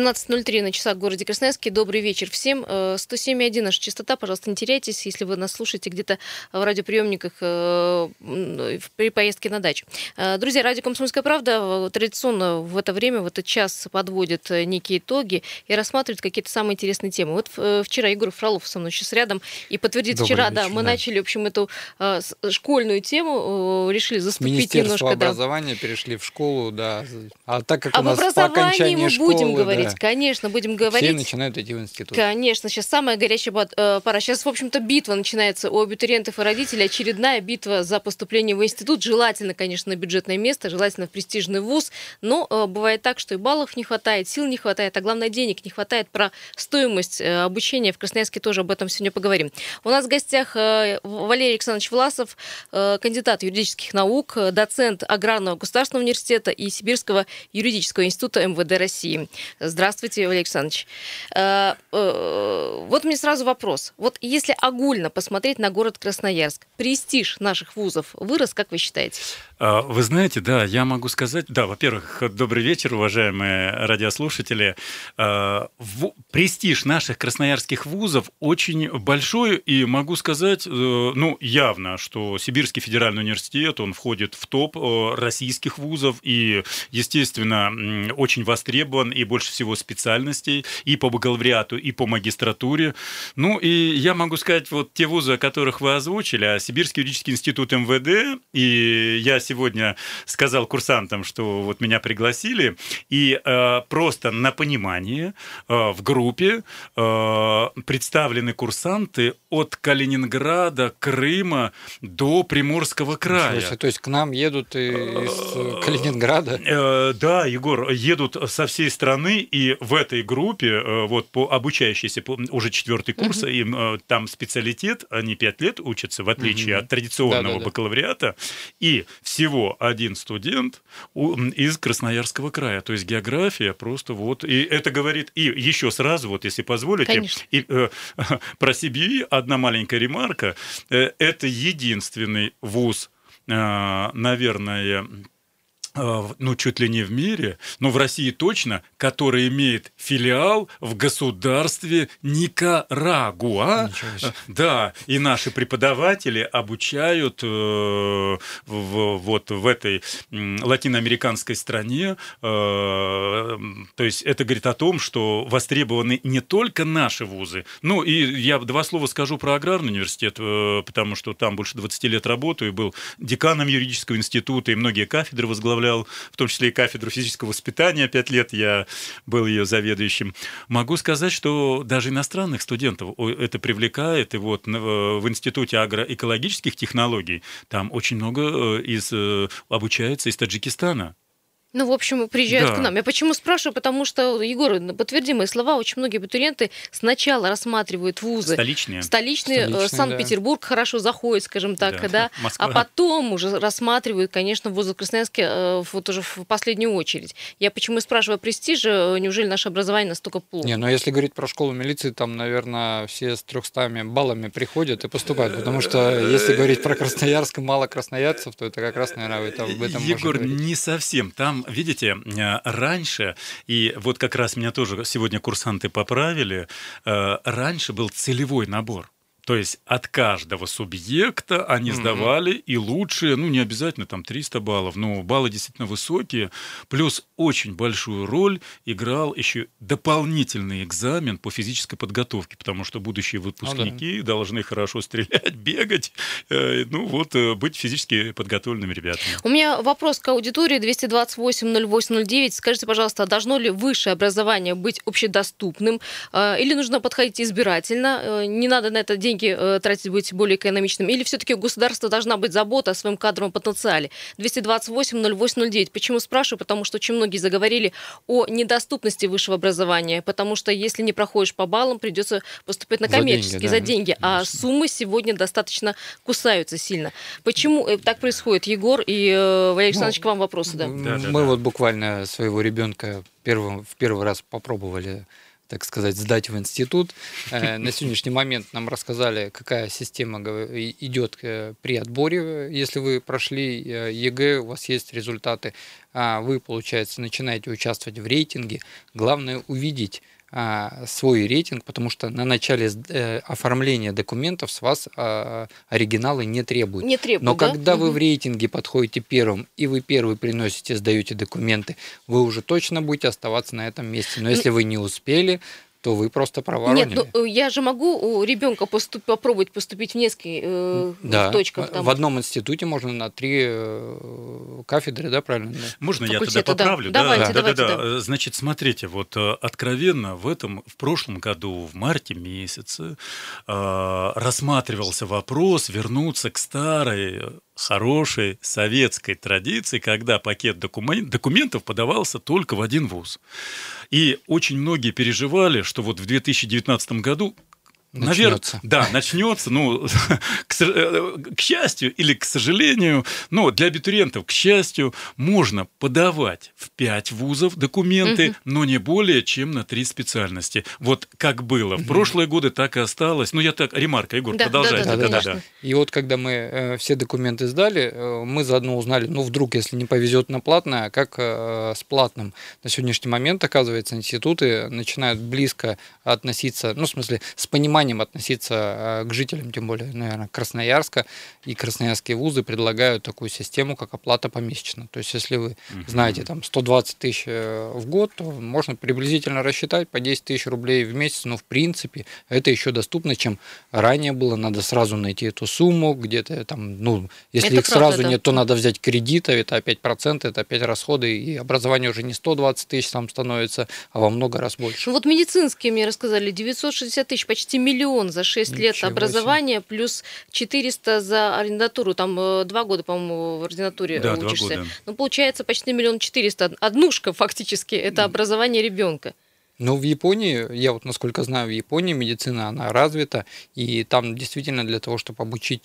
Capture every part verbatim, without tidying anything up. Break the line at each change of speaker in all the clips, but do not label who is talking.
семнадцать ноль три на часах в городе Красноярске. Добрый вечер всем. сто семь и один наша частота. Пожалуйста, не теряйтесь, если вы нас слушаете где-то в радиоприемниках при поездке на дачу. Друзья, радио «Комсомольская правда» традиционно в это время, в этот час подводит некие итоги и рассматривает какие-то самые интересные темы. Вот вчера Егор Фролов со мной сейчас рядом и подтвердит, Добрый вчера, вечер, да, мы да. начали, в общем, эту школьную тему, решили заступить
Министерство
немножко.
образования да. перешли в школу, да. А так как
Об
у нас по окончании
мы
школы,
будем говорить,
да,
конечно, будем говорить.
все начинают идти в институт.
Конечно, сейчас самая горячая пора. Сейчас, в общем-то, битва начинается у абитуриентов и родителей. Очередная битва за поступление в институт. Желательно, конечно, на бюджетное место, желательно в престижный вуз. Но э, бывает так, что и баллов не хватает, сил не хватает, а главное, денег не хватает. Про стоимость э, обучения в Красноярске тоже об этом сегодня поговорим. У нас в гостях э, Валерий Александрович Власов, э, кандидат юридических наук, доцент Аграрного государственного университета и Сибирского юридического института эм вэ дэ России. Здравствуйте, Валерий Александрович. Э, э, вот мне сразу вопрос. Вот если огульно посмотреть на город Красноярск, престиж наших вузов вырос, как вы считаете?
Вы знаете, да, я могу сказать, да, во-первых, добрый вечер, уважаемые радиослушатели. Престиж наших красноярских вузов очень большой, и могу сказать, ну, явно, что Сибирский федеральный университет, он входит в топ российских вузов и, естественно, очень востребован, и больше всего специальностей и по бакалавриату, и по магистратуре. Ну, и я могу сказать, вот те вузы, о которых вы озвучили, а Сибирский юридический институт эм вэ дэ, и я сегодня сказал курсантам, что вот меня пригласили, и э, просто на понимание э, в группе э, представлены курсанты от Калининграда, Крыма до Приморского края.
То есть к нам едут из Калининграда?
Э, да, Егор, едут со всей страны, и в этой группе, э, вот по обучающейся, по, уже четвертый курс, uh-huh. им э, там специалитет, они пять лет учатся, в отличие uh-huh. от традиционного Да-да-да. бакалавриата, и всего один студент из Красноярского края, то есть география просто вот, и это говорит, и еще сразу, вот если позволите, и, э, про си би ю одна маленькая ремарка, э, это единственный вуз, э, наверное, ну, чуть ли не в мире, но в России точно, который имеет филиал в государстве Никарагуа. Да, и наши преподаватели обучают э, в, вот в этой латиноамериканской стране. Э, то есть это говорит о том, что востребованы не только наши вузы. Ну, и я два слова скажу про Аграрный университет, э, потому что там больше двадцати лет работаю, был деканом юридического института, и многие кафедры возглавлял, в том числе и кафедру физического воспитания, пять лет я был ее заведующим. Могу сказать, что даже иностранных студентов это привлекает, и вот в Институте агроэкологических технологий там очень много из, обучается из Таджикистана.
Ну, в общем, приезжают
да.
к нам. Я почему спрашиваю? Потому что, Егор, подтверди мои слова, очень многие абитуриенты сначала рассматривают вузы.
Столичные.
Столичные, Столичные Санкт-Петербург да. хорошо заходит, скажем так, да. Да, а потом уже рассматривают, конечно, вузы в Красноярске вот уже в последнюю очередь. Я почему и спрашиваю о престиже, неужели наше образование настолько плохо?
Не, ну если говорить про школу милиции, там, наверное, все с трехстами баллами приходят и поступают, потому что если говорить про Красноярск, мало красноярцев, то это как раз, наверное, об этом
Егор, не совсем. Там видите, раньше, и вот как раз меня тоже сегодня курсанты поправили, раньше был целевой набор. То есть от каждого субъекта они сдавали mm-hmm. и лучшие, ну не обязательно там триста баллов, но баллы действительно высокие, плюс очень большую роль играл еще дополнительный экзамен по физической подготовке, потому что будущие выпускники oh, да. должны хорошо стрелять, бегать, э, ну вот быть физически подготовленными ребятами.
У меня вопрос к аудитории двести двадцать восемь ноль восемь ноль девять. Скажите, пожалуйста, должно ли высшее образование быть общедоступным э, или нужно подходить избирательно, э, не надо на это деньги тратить, быть более экономичным? Или все-таки у государства должна быть забота о своем кадровом потенциале? двести двадцать восемь ноль восемь ноль девять. Почему спрашиваю? Потому что очень многие заговорили о недоступности высшего образования, потому что если не проходишь по баллам, придется поступать на коммерческие, за деньги, за деньги. А суммы сегодня достаточно кусаются сильно. Почему так происходит? Егор и Валерий Александрович, ну, к вам вопросы. Да.
Мы да, да, вот да. буквально своего ребенка первым, в первый раз попробовали так сказать, сдать в институт. На сегодняшний момент нам рассказали, какая система идет при отборе. Если вы прошли ЕГЭ, у вас есть результаты, вы, получается, начинаете участвовать в рейтинге. Главное увидеть свой рейтинг, потому что на начале оформления документов с вас оригиналы не требуют.
Не требуют,
Но
да?
когда
угу.
вы в рейтинге подходите первым, и вы первый приносите, сдаете документы, вы уже точно будете оставаться на этом месте. Но если вы не успели, то вы просто проворонили.
Нет, ну я же могу у ребенка поступ... попробовать поступить в нескольких э,
да.
точках. Там.
В одном институте можно на три кафедры, да, правильно?
Можно
Факультета,
я тогда поправлю?
Да.
Да,
Давайте,
да,
давайте,
да,
да.
да. Значит, смотрите, вот откровенно в этом, в прошлом году, в марте месяце, э, рассматривался вопрос вернуться к старой, хорошей советской традиции, когда пакет документ, документов подавался только в один вуз. И очень многие переживали, что вот в две тысячи девятнадцатом году
Начнется.
Наверное, да, начнется, ну, к, к счастью или к сожалению, но для абитуриентов, к счастью, можно подавать в пять вузов документы, угу. но не более чем на три специальности. Вот как было в прошлые годы, так и осталось. Ну, я так, ремарка, Егор,
да,
продолжайте.
Да, да,
да,
да,
да. И вот когда мы э, все документы сдали, э, мы заодно узнали, ну, вдруг, если не повезет на платное, как э, с платным. На сегодняшний момент, оказывается, институты начинают близко относиться, ну, в смысле, с пониманием относиться к жителям, тем более, наверное, Красноярска, и красноярские вузы предлагают такую систему, как оплата помесячно. То есть, если вы знаете, там, сто двадцать тысяч в год, то можно приблизительно рассчитать по десять тысяч рублей в месяц, но, в принципе, это еще доступно, чем ранее было. Надо сразу найти эту сумму, где-то там, ну, если
это
их
правда,
сразу
да.
нет, то надо взять кредит, а это опять проценты, это опять расходы, и образование уже не сто двадцать тысяч там становится, а во много раз больше.
Ну, вот медицинские мне рассказали, девятьсот шестьдесят тысяч, почти миллион за шесть лет
Ничего
образования,
себе.
Плюс четыреста за ординатуру, там два года, по-моему, в ординатуре
да,
учишься.
Два года.
Ну, получается почти миллион четыреста. Однушка фактически, это образование ребенка.
Но в Японии, я вот насколько знаю, в Японии медицина, она развита, и там действительно для того, чтобы обучить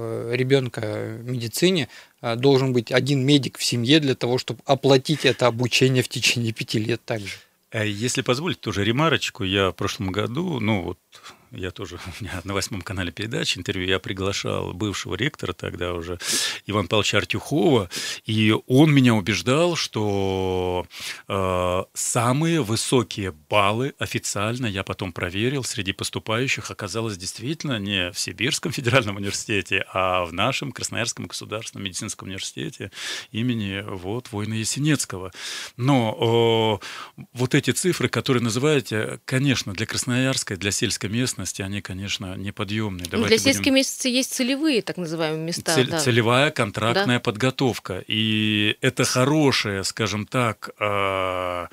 ребенка медицине, должен быть один медик в семье для того, чтобы оплатить это обучение в течение пяти лет также.
Если позволить, тоже ремарочку, я в прошлом году, ну вот, я тоже, у меня на восьмом канале передачи, интервью, я приглашал бывшего ректора тогда уже, Ивана Павловича Артюхова, и он меня убеждал, что э, самые высокие баллы официально, я потом проверил, среди поступающих оказалось действительно не в Сибирском федеральном университете, а в нашем Красноярском государственном медицинском университете имени вот, Война Ясенецкого. Но э, вот эти цифры, которые называете, конечно, для Красноярска, для сельской местности, они, конечно, неподъемные.
Для сельской будем... местности есть целевые, так называемые, места.
Цель,
да.
Целевая контрактная
да.
подготовка. И это хорошая, скажем так, э-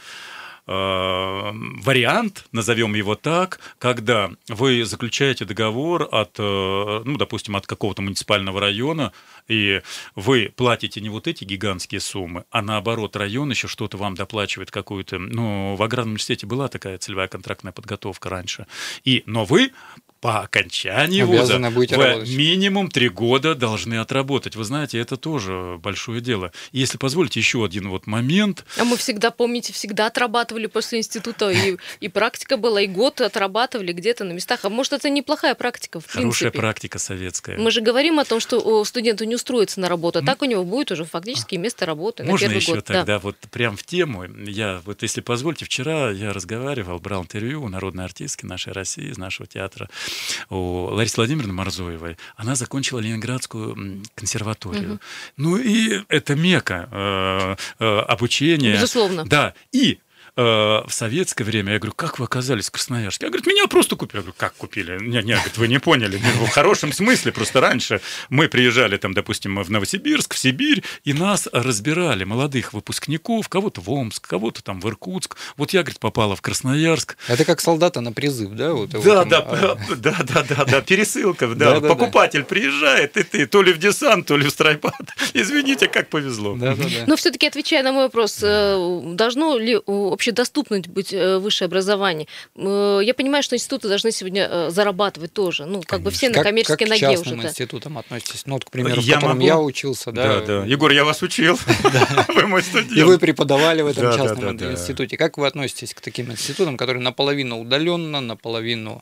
вариант, назовем его так, когда вы заключаете договор от, ну, допустим, от какого-то муниципального района, и вы платите не вот эти гигантские суммы, а наоборот, район еще что-то вам доплачивает какую-то. Ну, в аграрном университете была такая целевая контрактная подготовка раньше. И, но вы по окончании вуза вы минимум три года должны отработать. Вы знаете, это тоже большое дело. И если позволите, еще один вот момент.
А мы всегда, помните, всегда отрабатывали после института, и, и практика была, и год отрабатывали где-то на местах. А может, это неплохая практика, в
Хорошая
принципе.
практика советская.
Мы же говорим о том, что студенту не устроится на работу, а так у него будет уже фактически место работы.
Можно
на первый
еще
год.
тогда
да.
вот прям в тему. Я вот, если позволите, вчера я разговаривал, брал интервью у народной артистки нашей России, из нашего театра, у Ларисы Владимировны Марзоевой. Она закончила Ленинградскую консерваторию. Угу. Ну и это мека э, э, обучения.
Безусловно.
Да. И в советское время, я говорю, как вы оказались в Красноярске? Я говорю, меня просто купили. Я говорю, как купили? Нет, нет, вы не поняли. В хорошем смысле. Просто раньше мы приезжали, там, допустим, в Новосибирск, в Сибирь, и нас разбирали, молодых выпускников, кого-то в Омск, кого-то там в Иркутск. Вот я, говорит, попала в Красноярск.
Это как солдата на призыв, да? Вот
да,
там,
да,
а...
да, да, да, да, пересылка. Да, да, покупатель да. приезжает, и ты то ли в десант, то ли в стройбат. Извините, как повезло.
Да, да, да.
Но все-таки, отвечая на мой вопрос, должно ли общедоступно быть высшее образование. Я понимаю, что институты должны сегодня зарабатывать тоже. Ну, как Конечно. бы все на коммерческой ноге уже.
Как к частным институтам относитесь? Ну, вот, к примеру,
я
в котором
могу...
я учился. Да,
да, да. Егор, я вас учил. Вы мой студент.
И вы преподавали в этом частном институте. Как вы относитесь к таким институтам, которые наполовину удаленно, наполовину,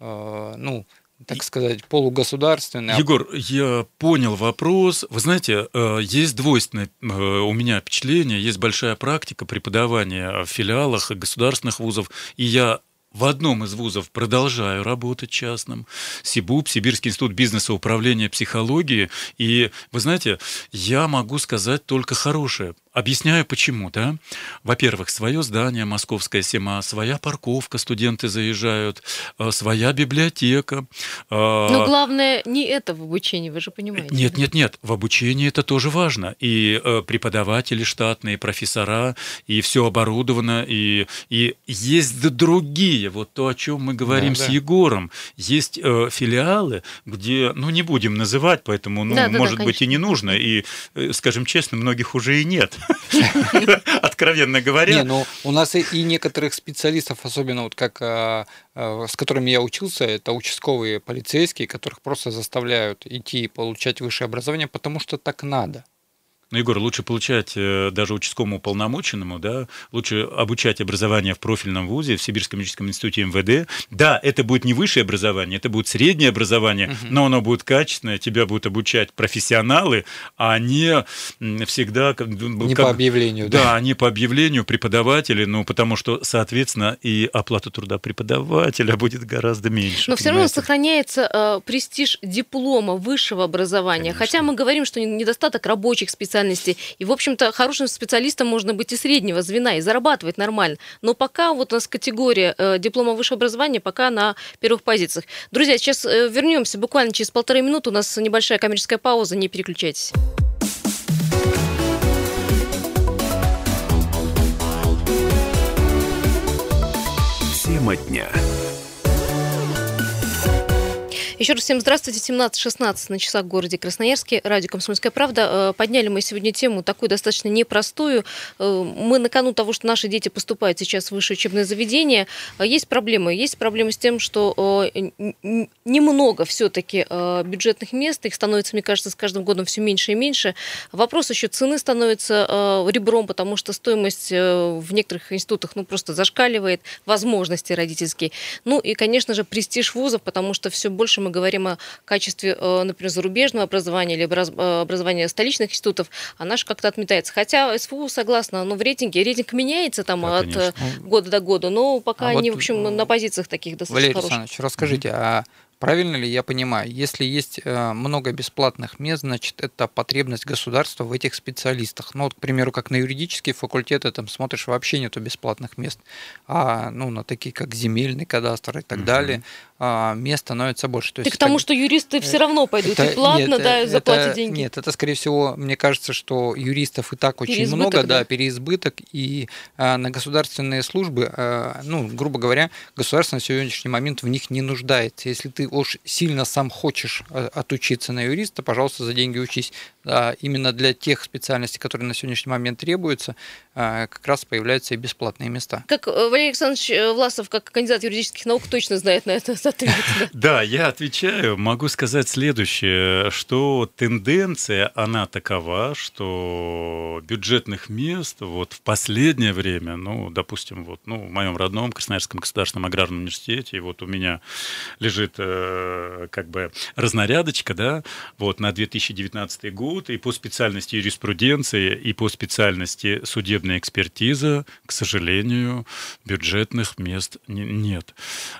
ну, так сказать, полугосударственные?
Егор, я понял вопрос. Вы знаете, есть двойственное у меня впечатление, есть большая практика преподавания в филиалах государственных вузов, и я в одном из вузов продолжаю работать частным, СИБУП, Сибирский институт бизнеса, управления, психологии, и, вы знаете, я могу сказать только хорошее. Объясняю, почему, да? Во-первых, свое здание, Московская СИМА, своя парковка, студенты заезжают, своя библиотека.
Но главное не это в обучении, вы же понимаете.
Нет, нет, нет, в обучении это тоже важно. И преподаватели штатные, профессора, и все оборудовано, и, и есть другие, вот то, о чем мы говорим да, с да. Егором. Есть э, филиалы, где, ну, не будем называть, поэтому, ну, да, да, может да, быть, и не нужно, и, скажем честно, многих уже и нет. Откровенно говоря.
Не, ну у нас и, и некоторых специалистов, особенно вот как а, а, с которыми я учился, это участковые полицейские, которых просто заставляют идти и получать высшее образование, потому что так надо.
Ну, Егор, лучше получать даже участковому уполномоченному, да, лучше обучать образование в профильном вузе, в Сибирском медицинском институте эм вэ дэ. Да, это будет не высшее образование, это будет среднее образование, угу. но оно будет качественное, тебя будут обучать профессионалы, а не всегда...
Не
как,
по объявлению.
Да, да, не по объявлению преподаватели, ну, потому что, соответственно, и оплата труда преподавателя будет гораздо меньше.
Но все равно сохраняется э, престиж диплома высшего образования, Конечно. Хотя мы говорим, что недостаток рабочих специалистов, и, в общем-то, хорошим специалистом можно быть и среднего звена, и зарабатывать нормально. Но пока вот у нас категория э, диплома высшего образования пока на первых позициях. Друзья, сейчас э, вернемся буквально через полторы минуты. У нас небольшая коммерческая пауза, не переключайтесь.
Тема дня.
Еще раз всем здравствуйте. семнадцать шестнадцать на часах в городе Красноярске. Радио «Комсомольская правда». Подняли мы сегодня тему такую достаточно непростую. Мы на кону того, что наши дети поступают сейчас в высшее учебное заведение. Есть проблемы. Есть проблемы с тем, что немного все-таки бюджетных мест. Их становится, мне кажется, с каждым годом все меньше и меньше. Вопрос еще цены становится ребром, потому что стоимость в некоторых институтах ну, просто зашкаливает, возможности родительские. Ну и, конечно же, престиж вузов, потому что все больше мы говорим о качестве, например, зарубежного образования или образования столичных институтов, а наш как-то отметается. Хотя СФУ, согласно, но в рейтинге, рейтинг меняется там да, от конечно. года до года, но пока а они, вот, в общем, на позициях таких достаточно
Валерий
хороших.
Валерий Александрович, расскажите, mm-hmm. а правильно ли я понимаю, если есть много бесплатных мест, значит, это потребность государства в этих специалистах. Ну, вот, к примеру, как на юридические факультеты, там смотришь, вообще нету бесплатных мест, а ну, на такие, как земельный кадастр и так mm-hmm. далее, мест становится больше. То
Ты есть, к тому, так... что юристы все равно пойдут это... и платно,
нет,
да,
это...
заплатят деньги.
Нет, это, скорее всего, мне кажется, что юристов и так очень
переизбыток,
много, да,
да,
переизбыток, и а, на государственные службы, а, ну, грубо говоря, государство на сегодняшний момент в них не нуждается. Если ты уж сильно сам хочешь отучиться на юриста, пожалуйста, за деньги учись. А именно для тех специальностей, которые на сегодняшний момент требуются, как раз появляются и бесплатные места.
Как Валерий Александрович Власов, как кандидат юридических наук, точно знает на это ответ.
Да, я отвечаю. Могу сказать следующее, что тенденция, она такова, что бюджетных мест вот в последнее время, ну, допустим, вот, ну, в моем родном Красноярском государственном аграрном университете, вот у меня лежит э, как бы разнарядочка, да, вот на две тысячи девятнадцатый год, и по специальности юриспруденция, и по специальности судебная экспертиза, к сожалению, бюджетных мест нет.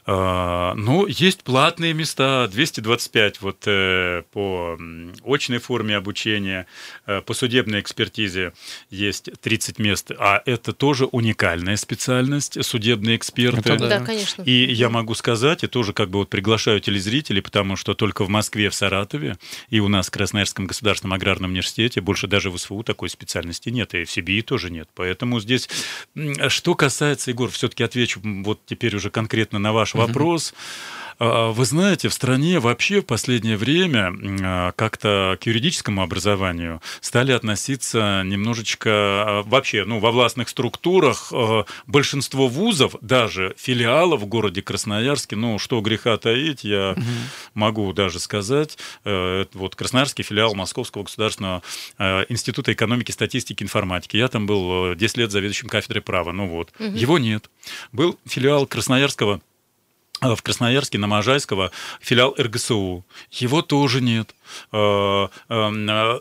Но есть платные места, двести двадцать пять вот по очной форме обучения, по судебной экспертизе есть тридцать мест, а это тоже уникальная специальность, судебные эксперты.
Это, да, конечно.
И я могу сказать, и тоже как бы вот приглашаю телезрителей, потому что только в Москве, в Саратове и у нас в Красноярском государственном аграрном университете больше даже в СФУ такой специальности нет, и в СИБИ тоже нет. Поэтому здесь, что касается, Егор, все-таки отвечу вот теперь уже конкретно на ваш mm-hmm. вопрос. Вы знаете, в стране вообще в последнее время как-то к юридическому образованию стали относиться немножечко вообще, ну, во властных структурах большинство вузов, даже филиалов в городе Красноярске, ну, что греха таить, я угу. могу даже сказать, вот Красноярский филиал Московского государственного института экономики, статистики, информатики. Я там был десять лет заведующим кафедрой права, ну вот. Угу. Его нет. Был филиал Красноярского в Красноярске, на Можайского, филиал эр гэ эс у. Его тоже нет. Это,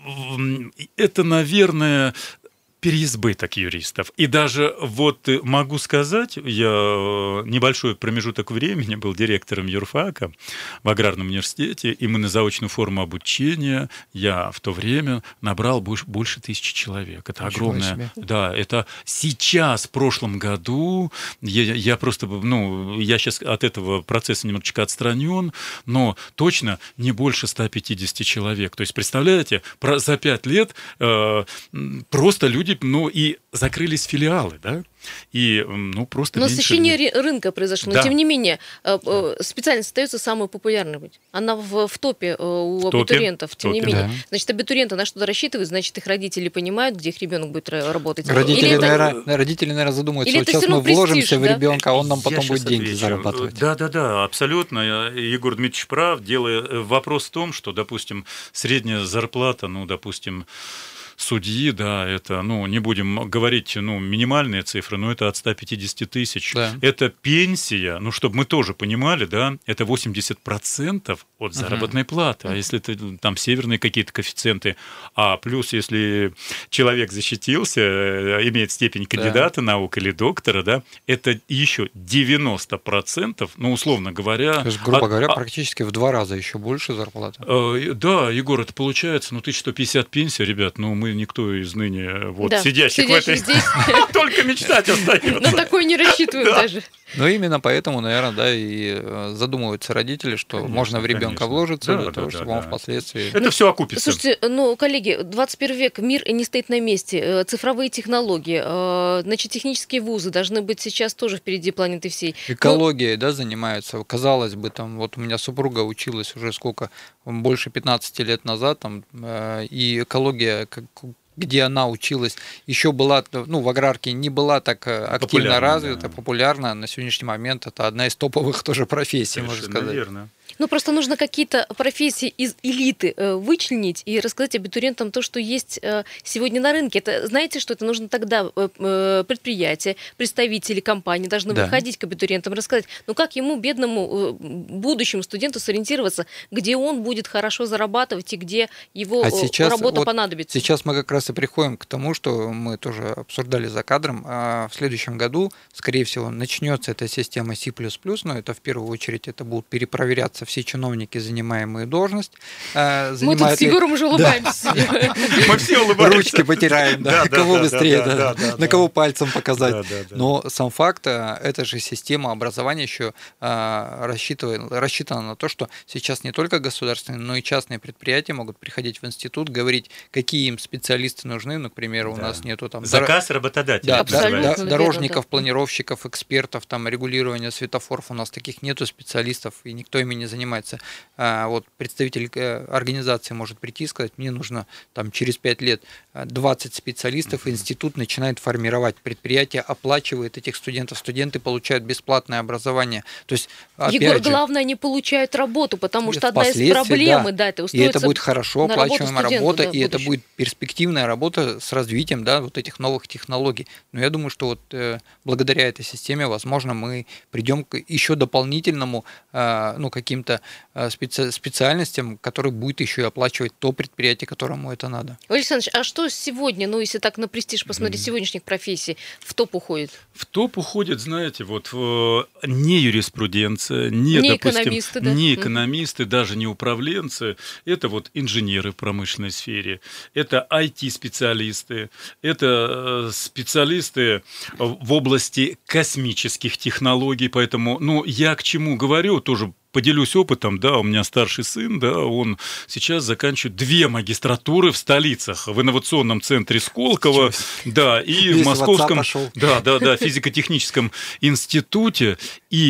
наверное, переизбыток юристов. И даже вот могу сказать, я небольшой промежуток времени был директором юрфака в аграрном университете, и мы на заочную форму обучения, я в то время набрал больше, больше тысячи человек. Это Ничего огромное. Себе. Да, это сейчас, в прошлом году, я, я просто, ну, я сейчас от этого процесса немножечко отстранен, но точно не больше ста пятидесяти человек. То есть, представляете, за пять лет э, просто люди, ну, и закрылись филиалы, да, и, ну, просто
Но
меньше...
насыщение рынка произошло, да. но, тем не менее, специальность остается самой популярной быть. Она в, в топе у в абитуриентов, топе? тем топе. не менее. Да. Значит, абитуриенты на что-то рассчитывают, значит, их родители понимают, где их ребенок будет работать.
Родители, Или наверное, это... родители, наверное, задумаются, Или вот сейчас мы престиж, вложимся да? в ребенка, а он нам потом Я будет деньги отвечу. зарабатывать.
Да-да-да, абсолютно. Егор Дмитриевич прав. Дело... Вопрос в том, что, допустим, средняя зарплата, ну, допустим, судьи, да, это, ну, не будем говорить, ну, минимальные цифры, но это от ста пятидесяти тысяч. Да. Это пенсия, ну, чтобы мы тоже понимали, да, это восемьдесят процентов от заработной uh-huh. платы. А uh-huh. если это там северные какие-то коэффициенты, а плюс, если человек защитился, имеет степень кандидата да. наук или доктора, да, это еще девяносто процентов, ну, условно говоря...
То есть, грубо от, говоря, практически в два раза еще больше зарплаты.
Э, да, Егор, это получается, ну, тысяча сто пятьдесят пенсий, ребят, ну, мы никто из ныне вот да, сидящих в этой... здесь. Только мечтать остается.
На такой не рассчитываем даже.
Ну, именно поэтому, наверное, да, и задумываются родители, что конечно, можно в ребенка конечно. вложиться да, для да, того, да, чтобы да. он впоследствии...
Это ну, все окупится.
Слушайте, ну, коллеги, двадцать первый век, мир не стоит на месте. Цифровые технологии, значит, технические вузы должны быть сейчас тоже впереди планеты всей.
Экологией, ну, да, занимаются. Казалось бы, там, вот у меня супруга училась уже сколько, больше пятнадцати лет назад, там, и экология, как где она училась, еще была, ну, в аграрке не была так активно популярна, развита, да. популярна. На сегодняшний момент это одна из топовых тоже профессий, можно сказать.
Верно.
Ну, просто нужно какие-то профессии из элиты э, вычленить и рассказать абитуриентам то, что есть э, сегодня на рынке. Это, знаете, что это нужно тогда э, предприятия, представители компании должны да. выходить к абитуриентам, рассказать, ну, как ему, бедному, э, будущему студенту сориентироваться, где он будет хорошо зарабатывать и где его а сейчас, работа вот понадобится.
Сейчас мы как раз и приходим к тому, что мы тоже обсуждали за кадром. А в следующем году, скорее всего, начнется эта система си плюс плюс, но это в первую очередь это будут перепроверяться все чиновники, занимаемые должность.
Мы тут с Егором уже улыбаемся.
Мы все улыбаемся.
Ручки потираем, кого быстрее, на кого пальцем показать. Но сам факт, эта же система образования еще рассчитана на то, что сейчас не только государственные, но и частные предприятия могут приходить в институт, говорить, какие им специалисты нужны. Ну, к примеру, у нас нету там...
Заказ работодателя.
Дорожников, планировщиков, экспертов, там, регулирования светофоров. У нас таких нету специалистов, и никто ими не занимается. А, вот представитель организации может прийти и сказать, мне нужно там, через пять лет двадцать специалистов, и институт начинает формировать предприятие, оплачивает этих студентов. Студенты получают бесплатное образование. То есть,
Егор, же, главное, они получают работу, потому что одна из проблем, да,
да, это
устроиться
и это будет хорошо оплачиваемая работа, да,
и
это будет перспективная работа с развитием, да, вот этих новых технологий. Но я думаю, что вот э, благодаря этой системе, возможно, мы придем к еще дополнительному, э, ну, каким-то э, специ- специальностям, которые будет еще и оплачивать то предприятие, которому это надо.
Валерий Александрович, а что сегодня, ну, если так на престиж посмотреть, mm-hmm. сегодняшних профессий, в топ уходит?
В топ уходит, знаете, вот в, не юриспруденция, не,
не
допустим,
экономисты, да?
не экономисты, mm-hmm. даже не управленцы, это вот инженеры в промышленной сфере, это ай ти-специалисты, это специалисты в области космических технологий, поэтому, ну, я к чему говорю, тоже поделюсь опытом, да, у меня старший сын, да, он сейчас заканчивает две магистратуры в столицах, в инновационном центре Сколково, да, и в Московском, да, да, да, физико-техническом институте, и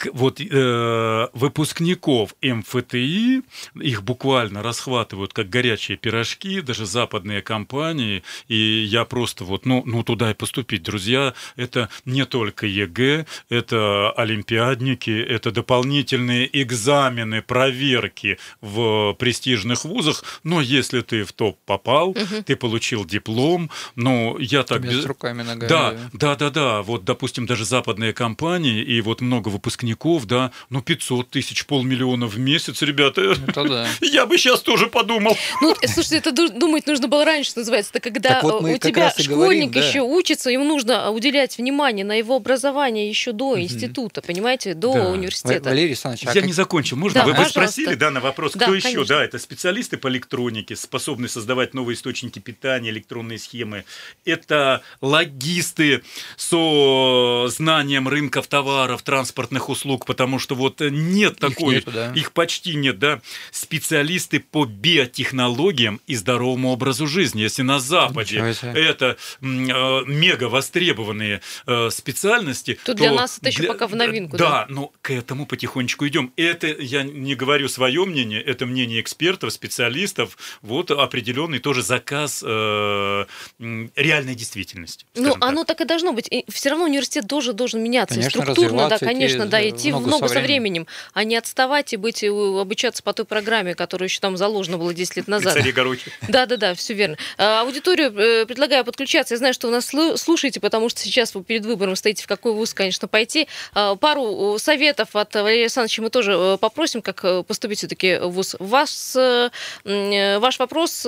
вот э, выпускников эм эф тэ и, их буквально расхватывают как горячие пирожки, даже западные компании, и я просто вот, ну, ну туда и поступить, друзья, это не только ЕГЭ, это олимпиадники, это дополнительные экзамены, проверки в престижных вузах, но если ты в топ попал, угу. ты получил диплом, ну, я так...
Без... руками, ногами.
Да, да, да, да, вот, допустим, даже западные компании, и вот много выпускников, да, ну, пятьсот тысяч, полмиллиона в месяц, ребята, это да. Я бы сейчас тоже подумал.
Ну, слушайте, это думать нужно было раньше, называется, это когда
вот
у тебя школьник говорим, да. еще учится, ему нужно уделять внимание на его образование еще до угу. института, понимаете, до да. университета.
Валерий Александрович,
я как... не закончил, можно? Да, вы, вы спросили, да, на вопрос,
да,
кто
конечно.
еще? Да, это специалисты по электронике, способные создавать новые источники питания, электронные схемы. Это логисты со знанием рынков товаров, транспортных услуг, потому что вот нет такой, их, нету, да. их почти нет, да. Специалисты по биотехнологиям и здоровому образу жизни. Если на Западе это э, мега востребованные э, специальности,
то, то для нас это еще для... пока в новинку.
Да,
да,
но к этому потихонечку идем. Это я не говорю свое мнение, это мнение экспертов, специалистов, вот определенный тоже заказ э, реальной действительности.
Ну, так. оно так и должно быть. И все равно университет тоже должен меняться. Конечно, структурно, да, конечно, идти, да, идти в ногу со временем, а не отставать и быть, обучаться по той программе, которая еще там заложена была десять лет назад. Да, да, да, все верно. Аудиторию предлагаю подключаться. Я знаю, что вы нас слушаете, потому что сейчас вы перед выбором стоите, в какой вуз, конечно, пойти. Пару советов от Валерия Александровича мы тоже попросим, как поступить все-таки в вуз. Вас, ваш вопрос,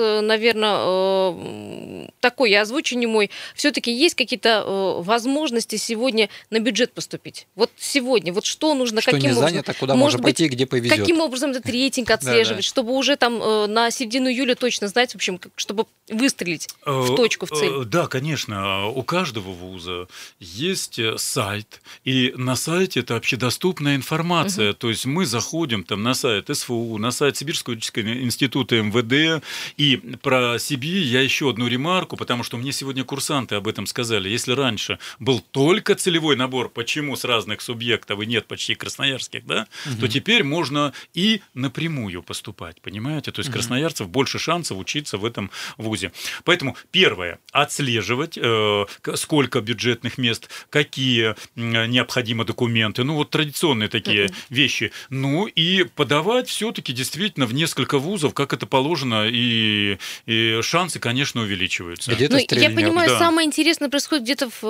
наверное, такой, я озвучу не мой. Все-таки есть какие-то возможности сегодня на бюджет поступить? Вот сегодня, вот что нужно,
что
каким
не
образом?
Занято, куда может быть, пойти, где повезет.
Каким образом этот рейтинг отслеживать, чтобы уже там на середину июля точно знать, в общем, чтобы выстрелить в точку, в цель?
Да, конечно. У каждого вуза есть сайт, и на сайте это общедоступная информация. Угу. То есть мы заходим там на сайт эс эф у, на сайт Сибирского юридического института эм вэ дэ, и про СИБИ я еще одну ремарку, потому что мне сегодня курсанты об этом сказали. Если раньше был только целевой набор, почему с разных субъектов и нет почти красноярских, да, угу. то теперь можно и напрямую поступать, понимаете? То есть угу. красноярцев больше шансов учиться в этом вузе. Поэтому первое, отслеживать, э, сколько бюджетных мест, какие необходимы документы, ну вот традиционные такие угу. вещи. Ну и подавать все-таки действительно в несколько вузов, как это положено, и, и шансы, конечно, увеличиваются.
Ну, я понимаю, да. самое интересное происходит где-то в,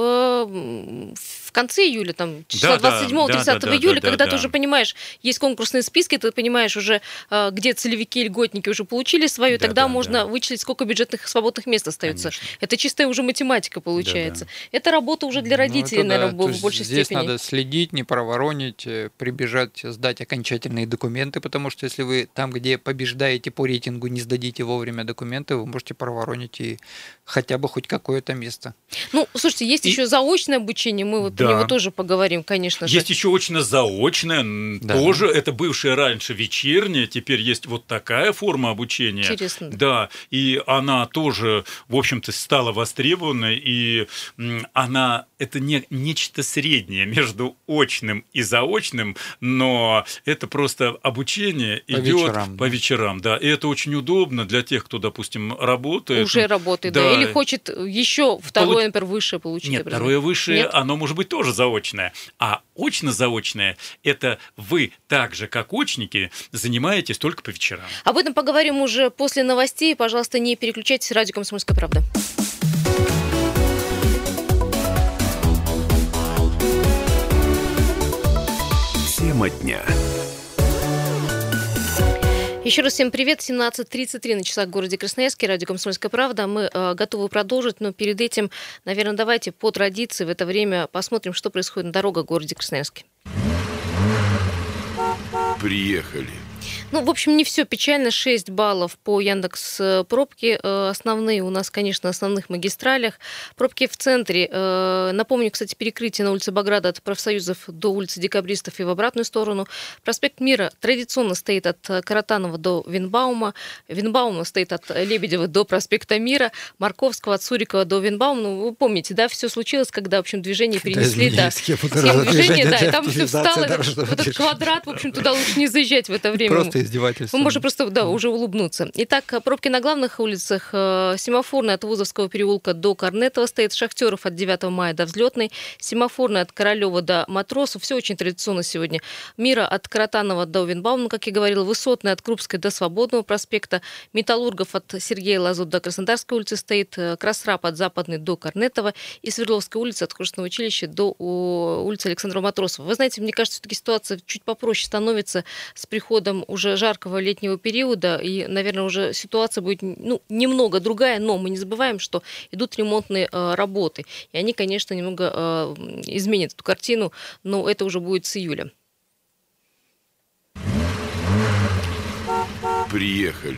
в конце июля, там, числа
да,
двадцать седьмого тридцатого да, да, июля, да, когда да, ты да. уже понимаешь, есть конкурсные списки, ты понимаешь уже, где целевики и льготники уже получили свое, да, тогда да, можно да. вычислить, сколько бюджетных свободных мест остается. Конечно. Это чистая уже математика получается. Да, да. Это работа уже для родителей, ну, наверное, да. в большей
здесь
степени.
Здесь надо следить, не проворонить, прибежать, сдать окончательные документы, потому что если вы там, где побеждаете по рейтингу, не сдадите вовремя документы, вы можете проворонить и хотя бы хоть какое-то место.
Ну, слушайте, есть и... еще заочное обучение, мы вот да. про него тоже поговорим, конечно же.
Есть еще очно-заочное, да. тоже это бывшее раньше вечернее, теперь есть вот такая форма обучения.
Интересно.
Да, и она тоже, в общем-то, стала востребованной, и она, это не, нечто среднее между очным и заочным, но это просто обучение по идет вечерам, по да. вечерам, да, и это очень удобно для тех, кто, допустим, работает.
Уже работает, да, да. или хочет еще второе, Полу... например, высшее получить.
Нет, второе высшее, Нет? оно может быть тоже заочное, а очно-заочное – это вы так же, как очники, занимаетесь только по вечерам.
Об этом поговорим уже после новостей. Пожалуйста, не переключайтесь. Радио «Комсомольская правда».
Тема дня.
Еще раз всем привет. семнадцать тридцать три на часах в городе Красноярске. Радио «Комсомольская правда». Мы э, готовы продолжить, но перед этим, наверное, давайте по традиции в это время посмотрим, что происходит на дорогах в городе Красноярске.
Приехали.
Ну, в общем, не все печально. шесть баллов по Яндекс пробки. Основные у нас, конечно, на основных магистралях. Пробки в центре. Напомню, кстати, перекрытие на улице Баграта от профсоюзов до улицы Декабристов и в обратную сторону. Проспект Мира традиционно стоит от Каратанова до Винбаума. Винбаума стоит от Лебедева до проспекта Мира. Марковского от Сурикова до Винбаума. Ну, вы помните, да, все случилось, когда, в общем, движение перенесли. Да, схему движения, да, и там все встало. Вот этот квадрат, в общем, туда лучше не заезжать в это время.
Просто издевательство.
Мы можем просто, да, уже улыбнуться. Итак, пробки на главных улицах. Семафорная от Вузовского переулка до Корнетова стоит. Шахтеров от девятого мая до Взлетной. Семафорная от Королева до Матросов. Все очень традиционно сегодня. Мира от Каратанова до Винбаума, как я говорила. Высотная от Крупской до Свободного проспекта. Металлургов от Сергея Лазут до Краснодарской улицы стоит. Красрап от Западной до Корнетова. И Свердловская улица от Художественного училища до улицы Александра Матросова. Вы знаете, мне кажется, все-таки ситуация чуть попроще становится с приходом уже жаркого летнего периода, и, наверное, уже ситуация будет, ну, немного другая, но мы не забываем, что идут ремонтные э, работы, и они, конечно, немного э, изменят эту картину, но это уже будет с июля.
Приехали.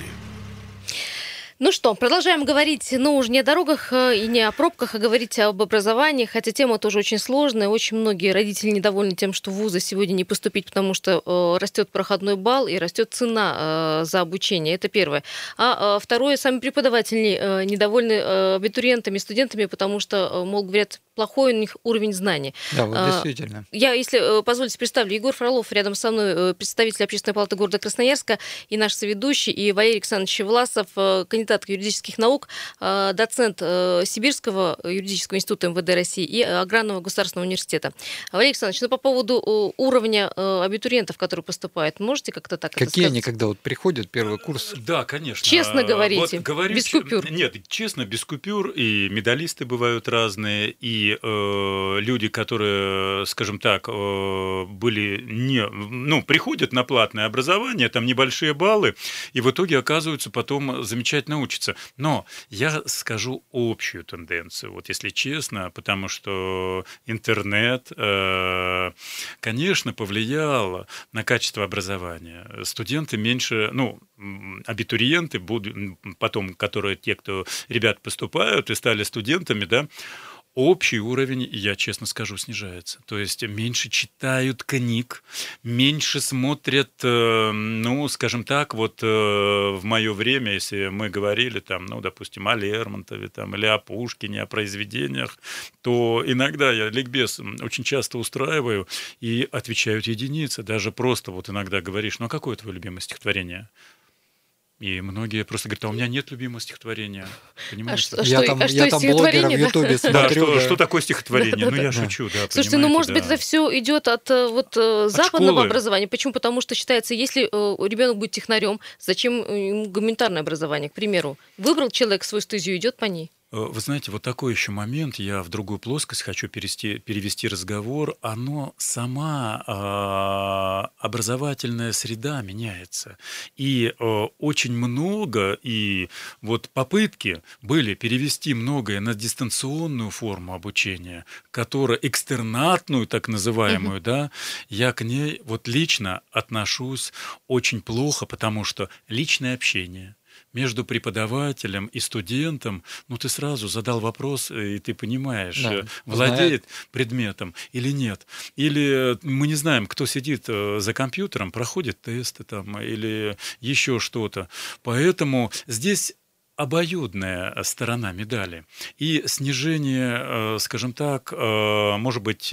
Ну что, продолжаем говорить, ну, уже не о дорогах и не о пробках, а говорить об образовании, хотя тема тоже очень сложная. Очень многие родители недовольны тем, что в вузы сегодня не поступить, потому что э, растет проходной балл и растет цена э, за обучение. Это первое. А э, второе, сами преподаватели э, недовольны э, абитуриентами, студентами, потому что, э, мол, говорят, плохой у них уровень знаний.
Да, вот действительно.
Я, если позволите, представлю, Егор Фролов, рядом со мной представитель Общественной палаты города Красноярска, и наш соведущий, и Валерий Александрович Власов, кандидат юридических наук, доцент Сибирского юридического института эм вэ дэ России и Аграрного государственного университета. Валерий Александрович, ну по поводу уровня абитуриентов, которые поступают, можете как-то так
Какие
это сказать?
они, когда вот приходят первый курс?
Да, конечно.
Честно говорите,
вот, говорю,
без купюр.
Нет, честно, без купюр, и медалисты бывают разные, и э, люди, которые, скажем так, э, были не, ну, приходят на платное образование, там небольшие баллы, и в итоге оказываются потом замечательно учатся. Но я скажу общую тенденцию, вот если честно, потому что интернет, э, конечно, повлиял на качество образования. Студенты меньше, ну, абитуриенты, будут, потом, которые, те, кто, ребят поступают и стали студентами, да, общий уровень, я честно скажу, снижается. То есть меньше читают книг, меньше смотрят, ну, скажем так, вот в мое время, если мы говорили, там, ну, допустим, о Лермонтове там, или о Пушкине, о произведениях, то иногда я ликбез очень часто устраиваю, и отвечают единицы. Даже просто вот иногда говоришь, ну, а какое твое любимое стихотворение? И многие просто говорят, а у меня нет любимого стихотворения. Понимаете?
А что,
я там,
а
я там блогера в Ютубе
да?
смотрю.
Да, что,
да.
что такое стихотворение? Да, да, ну, я да. шучу, да.
Слушайте, ну, может
да.
быть, это все идет от вот западного
школы.
образования. Почему? Потому что считается, если ребенок будет технарем, зачем ему гуманитарное образование, к примеру? Выбрал человек свою стезию, идет по ней.
Вы знаете, вот такой еще момент, я в другую плоскость хочу перевести, перевести разговор, оно сама э, образовательная среда меняется. И э, очень много, и вот попытки были перевести многое на дистанционную форму обучения, которая экстернатную, так называемую, mm-hmm. да, я к ней вот лично отношусь очень плохо, потому что личное общение между преподавателем и студентом, ну, ты сразу задал вопрос, и ты понимаешь, да, владеет знает. предметом или нет. Или мы не знаем, кто сидит за компьютером, проходит тесты там, или еще что-то. Поэтому здесь обоюдная сторона медали. И снижение, скажем так, может быть,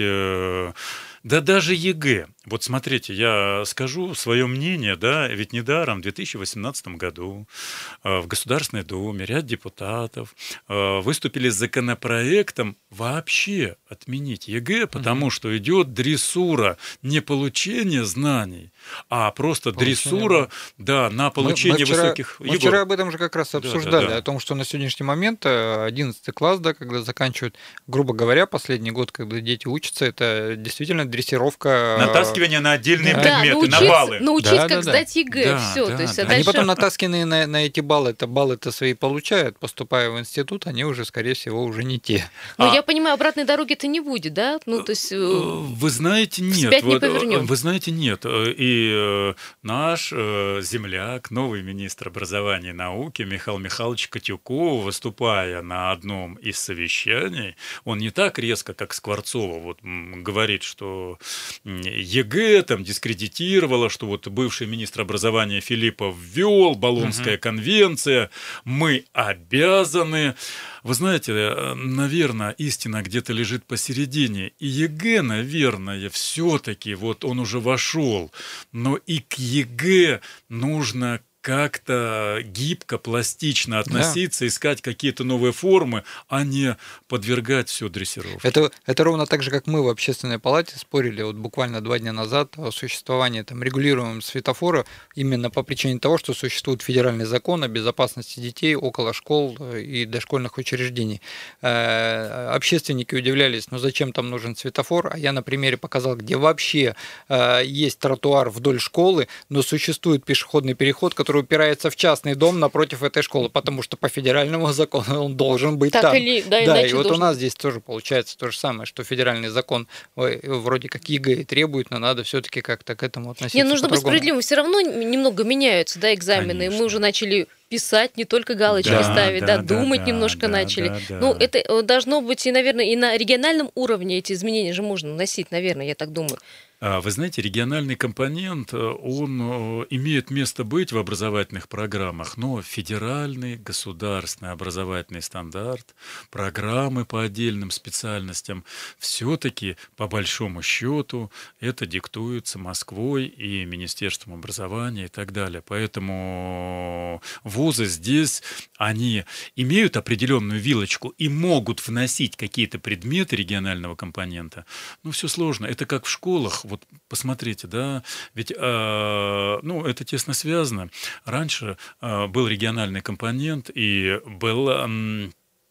да даже ЕГЭ. Вот смотрите, я скажу свое мнение, да, ведь недаром в две тысячи восемнадцатом году в Государственной Думе ряд депутатов выступили с законопроектом вообще отменить ЕГЭ, потому mm-hmm. что идет дрессура не получения знаний, а просто получение, дрессура, да, на получение мы, мы вчера, высоких...
Мы Егор. вчера об этом же как раз обсуждали, да, да, да. о том, что на сегодняшний момент одиннадцатый класс, да, когда заканчивают, грубо говоря, последний год, когда дети учатся, это действительно дрессировка.
Натаскивание на отдельные
Да.
предметы,
Да,
на баллы.
научиться,
Да,
как
да, да.
сдать ЕГЭ,
Да,
все.
да,
то есть,
да.
а
Они
дальше...
потом натасканные на, на эти баллы, это баллы-то свои получают, поступая в институт, они уже, скорее всего, уже не те.
Ну,
А-
я понимаю, обратной дороги-то не будет, да? Ну, то есть... э,
Вы знаете, нет.
вспять не
Вот, э,
повернем.
Вы знаете, нет. Э, И э, наш э, земляк, новый министр образования и науки Михаил Михайлович Котюков, выступая на одном из совещаний, он не так резко, как Скворцова, вот, м, говорит, что м, ЕГЭ там дискредитировало, что вот бывший министр образования Филиппов ввел, Болонская конвенция, мы обязаны. Вы знаете, э, наверное, истина где-то лежит посередине. И ЕГЭ, наверное, все-таки вот он уже вошел, но и к ЕГЭ нужно как-то гибко, пластично относиться, искать какие-то новые формы, а не подвергать все дрессировке.
Это, это ровно так же, как мы в общественной палате спорили вот буквально два дня назад о существовании там, регулируемого светофора именно по причине того, что существует федеральный закон о безопасности детей около школ и дошкольных учреждений. Э, Общественники удивлялись, ну зачем там нужен светофор, а я на примере показал, где вообще э, есть тротуар вдоль школы, но существует пешеходный переход, который упирается в частный дом напротив этой школы, потому что по федеральному закону он должен быть
Так
там.
или- да,
да,
иначе
и вот у
должен.
нас здесь тоже получается то же самое, что федеральный закон ой, вроде как ЕГЭ и требует, но надо все-таки как-то к этому относиться.
Не, нужно быть
по-другому.
справедливым. Все равно немного меняются, да, экзамены. И мы
Конечно.
уже начали писать, не только галочки
Да,
ставить, да,
да, да,
думать
да,
немножко
да,
начали.
да, да.
Ну, это э, должно быть и, наверное, и на региональном уровне эти изменения же можно носить, наверное, я так думаю.
А, Вы знаете, региональный компонент, э, он э, имеет место быть в образовательных программах, но федеральный государственный образовательный стандарт, программы по отдельным специальностям, все-таки, по большому счету, это диктуется Москвой и Министерством образования и так далее. Поэтому вузы здесь, они имеют определенную вилочку и могут вносить какие-то предметы регионального компонента, но все сложно. Это как в школах. Вот посмотрите, да, ведь э, ну, это тесно связано. Раньше э, был региональный компонент, и был м,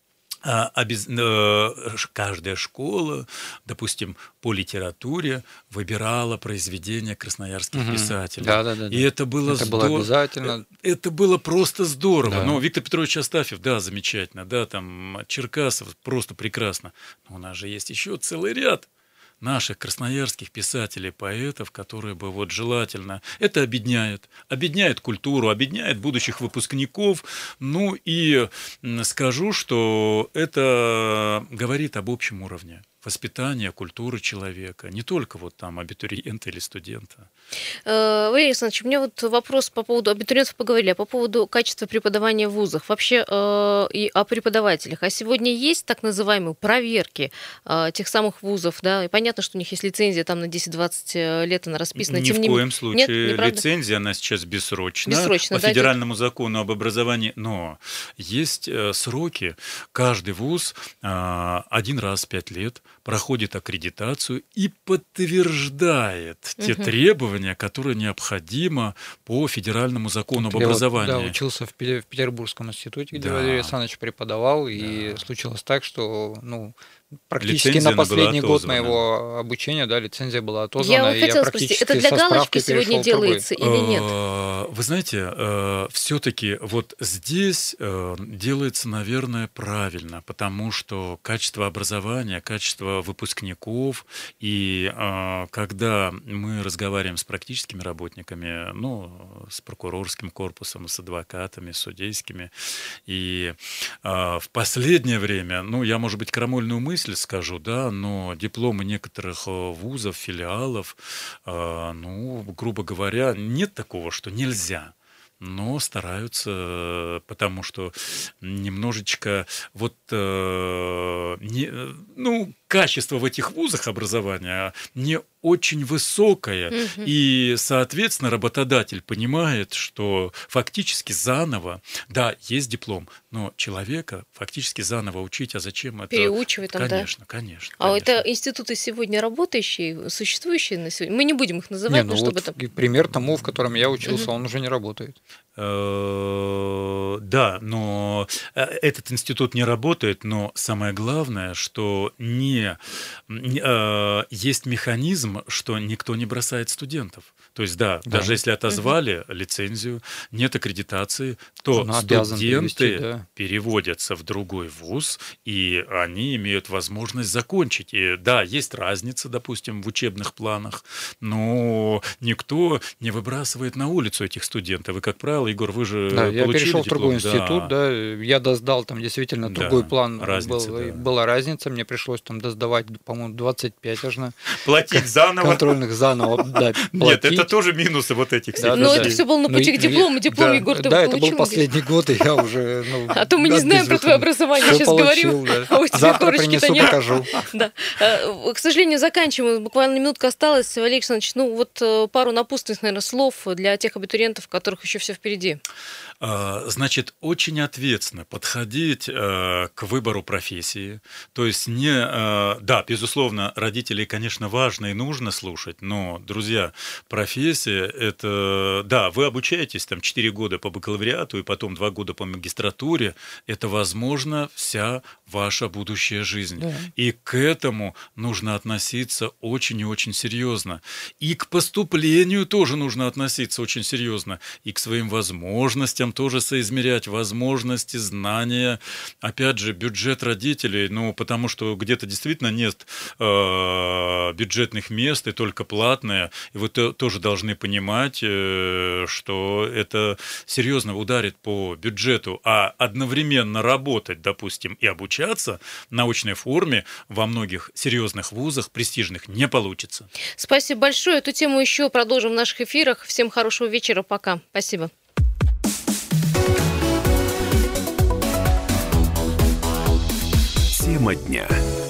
а, обез- э, ш- каждая школа, допустим, по литературе выбирала произведения красноярских
Мгм.
писателей.
Да, да, да,
И
да.
это было
Это было
здорово.
обязательно.
Это было просто здорово.
Да.
Но Виктор Петрович Астафьев, да, замечательно, да, там Черкасов, просто прекрасно. Но у нас же есть еще целый ряд наших красноярских писателей, поэтов, которые бы вот желательно... Это объединяет. Объединяет культуру, объединяет будущих выпускников. Ну и м, скажу, что это говорит об общем уровне воспитания, культуры человека. Не только вот там абитуриента или студента.
Э, Валерий Александрович, у меня вот вопрос по поводу абитуриентов поговорили, а по поводу качества преподавания в вузах, вообще э, и о преподавателях. А сегодня есть так называемые проверки э, тех самых вузов, да, и понятно, что у них есть лицензия там на десять-двадцать лет, она расписана.
Ни
тем
в
не
коем
м-
случае.
Нет, неправда?
Лицензия, она сейчас бессрочна,
Бессрочно,
по
да, идет?
федеральному закону об образовании, но есть э, сроки. Каждый вуз э, один раз в пять лет проходит аккредитацию и подтверждает те
Мгм.
требования, которые необходимо по федеральному закону об
Я вот,
образовании.
да, учился в Пе- в Петербургском институте, где
Да.
Валерий Александрович преподавал, и
Да.
случилось так, что ну, практически
Лицензия,
на
она была
последний год
отозвана.
моего обучения, да, лицензия была отозвана.
Я вот
и
хотела
практически
спросить, это для
со
галочки
справкой
сегодня
перешел в другой.
делается или нет?
Э, Вы знаете, все-таки вот здесь э, делается, наверное, правильно, потому что качество образования, качество выпускников, и э, когда мы разговариваем с практическими работниками, ну, с прокурорским корпусом, с адвокатами, с судейскими, и э, в последнее время, ну, я, может быть, крамольную мысль скажу, да, но дипломы некоторых э, вузов, филиалов, э, ну, грубо говоря, нет такого, что нельзя, но стараются, э, потому что немножечко вот, э, не, э, ну, качество в этих вузах образования не очень высокое,
Мгм.
и, соответственно, работодатель понимает, что фактически заново, да, есть диплом, но человека фактически заново учить, а зачем это?
Переучивать там, да?
Конечно, конечно.
А
конечно.
это институты сегодня работающие, существующие на сегодня? Мы не будем их
Не,
называть,
ну
но чтобы
вот
там...
и пример тому, в котором я учился, он уже не работает.
Да, но этот институт не работает, но самое главное, что не, есть механизм, что никто не бросает студентов. То есть, да, да. даже если отозвали угу. лицензию, нет аккредитации, то Он студенты перевести, да. переводятся в другой вуз, и они имеют возможность закончить. И да, есть разница, допустим, в учебных планах, но никто не выбрасывает на улицу этих студентов. И, как правило, Егор, вы же
да,
получили
я перешел
диплом.
в другой институт, да. да, я досдал там действительно да, другой план.
Разница,
был,
да.
Была разница, мне пришлось там досдавать, по-моему, двадцать пять аж на...
Платить заново.
Контрольных заново, да,
Нет, это тоже минусы вот этих.
Да, но да, это да. все было на пути но, к диплому, диплом,
да,
Егор, ты
Да,
получил,
это был последний год, и я уже... Ну,
а то мы не знаем про твое образование, сейчас говорим.
Да. А завтра принесу, нет. покажу.
Да. К сожалению, заканчиваем, буквально минутка осталась. Валерий Александрович, ну вот пару напутственных, наверное, слов для тех абитуриентов, у которых еще все впереди.
Значит, очень ответственно подходить э, к выбору профессии. То есть, не, э, да, безусловно, родителей, конечно, важно и нужно слушать, но, друзья, профессия – это… Да, вы обучаетесь там четыре года по бакалавриату и потом два года по магистратуре. Это, возможно, вся ваша будущая жизнь. Да. И к этому нужно относиться очень и очень серьезно. И к поступлению тоже нужно относиться очень серьезно. И к своим возможностям тоже соизмерять возможности, знания. Опять же, бюджет родителей, ну, потому что где-то действительно нет э, бюджетных мест, и только платные. И вы то, тоже должны понимать, э, что это серьезно ударит по бюджету. А одновременно работать, допустим, и обучаться в научной форме во многих серьезных вузах, престижных, не получится.
Спасибо большое. Эту тему еще продолжим в наших эфирах. Всем хорошего вечера. Пока. Спасибо.
Тема дня.